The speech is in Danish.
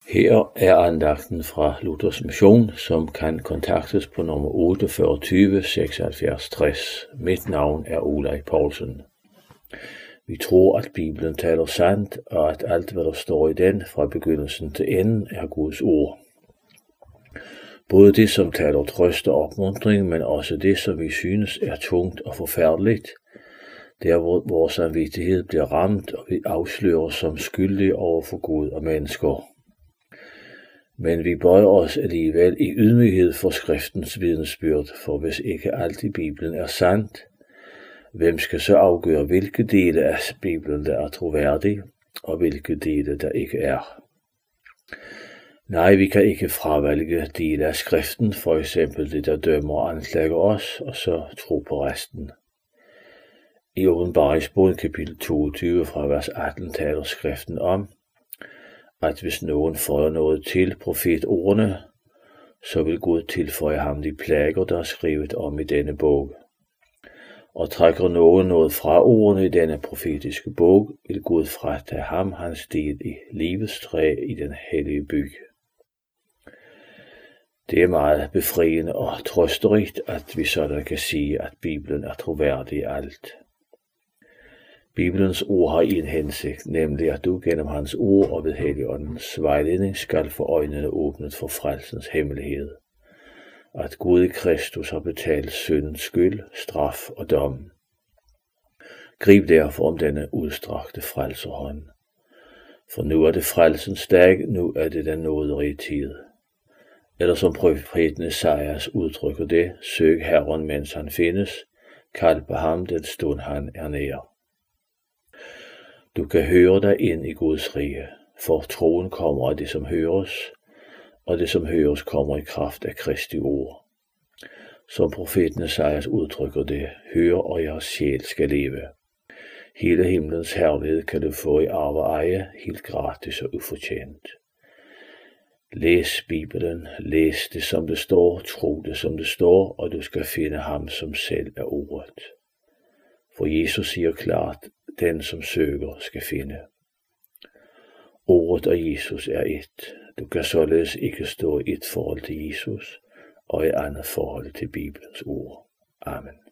Her er andagten fra Luthers Mission, som kan kontaktes på nummer 48 76 60. Mit navn er Olaj Poulsen. Vi tror, at Bibelen taler sandt, og at alt, hvad der står i den, fra begyndelsen til enden, er Guds ord. Både det, som taler trøst og opmuntring, men også det, som vi synes er tungt og forfærdeligt, der hvor vores samvittighed bliver ramt, og vi afslører som skyldige over for Gud og mennesker. Men vi bøjer os alligevel i ydmyghed for skriftens vidnesbyrd, for hvis ikke alt i Bibelen er sandt, hvem skal så afgøre, hvilke dele af Bibelen, der er troværdige, og hvilke dele, der ikke er? Nej, vi kan ikke fravælge dele af skriften, for eksempel det, der dømmer og anklager os, og så tro på resten. I Åbenbaringsbogen kapitel 22 fra vers 18 taler skriften om, at hvis nogen føjer noget til profetordene, så vil Gud tilføje ham de plager, der er skrevet om i denne bog. Og trækker nogen noget fra ordene i denne profetiske bog, vil Gud fratage ham hans del i livets træ i den hellige by. Det er meget befriende og trøsterigt, at vi sådan kan sige, at Bibelen er troværdig i alt. Bibelens ord har en hensigt, nemlig at du gennem hans ord og ved Helligåndens vejledning skal få øjnene åbnet for frelsens hemmelighed. At Gud i Kristus har betalt syndens skyld, straf og dom. Grib derfor om denne udstrakte frelserhånd. For nu er det frelsens dag, nu er det den nåderige tid. Eller som profeten Esajas udtrykker det, søg Herren mens han findes, kald på ham den stund han er nær. Du kan høre dig ind i Guds rige, for troen kommer af det, som høres, og det, som høres, kommer i kraft af Kristi ord. Som profeten Esajas udtrykker det, hør og jeres sjæl skal leve. Hele himlens herlighed kan du få i arv og eje, helt gratis og ufortjent. Læs Bibelen, læs det som det står, tro det som det står, og du skal finde ham, som selv er ordet. For Jesus siger klart, den som søger skal finde. Ordet og Jesus er et. Du kan således ikke stå i et forhold til Jesus og et andet forhold til Bibelens ord. Amen.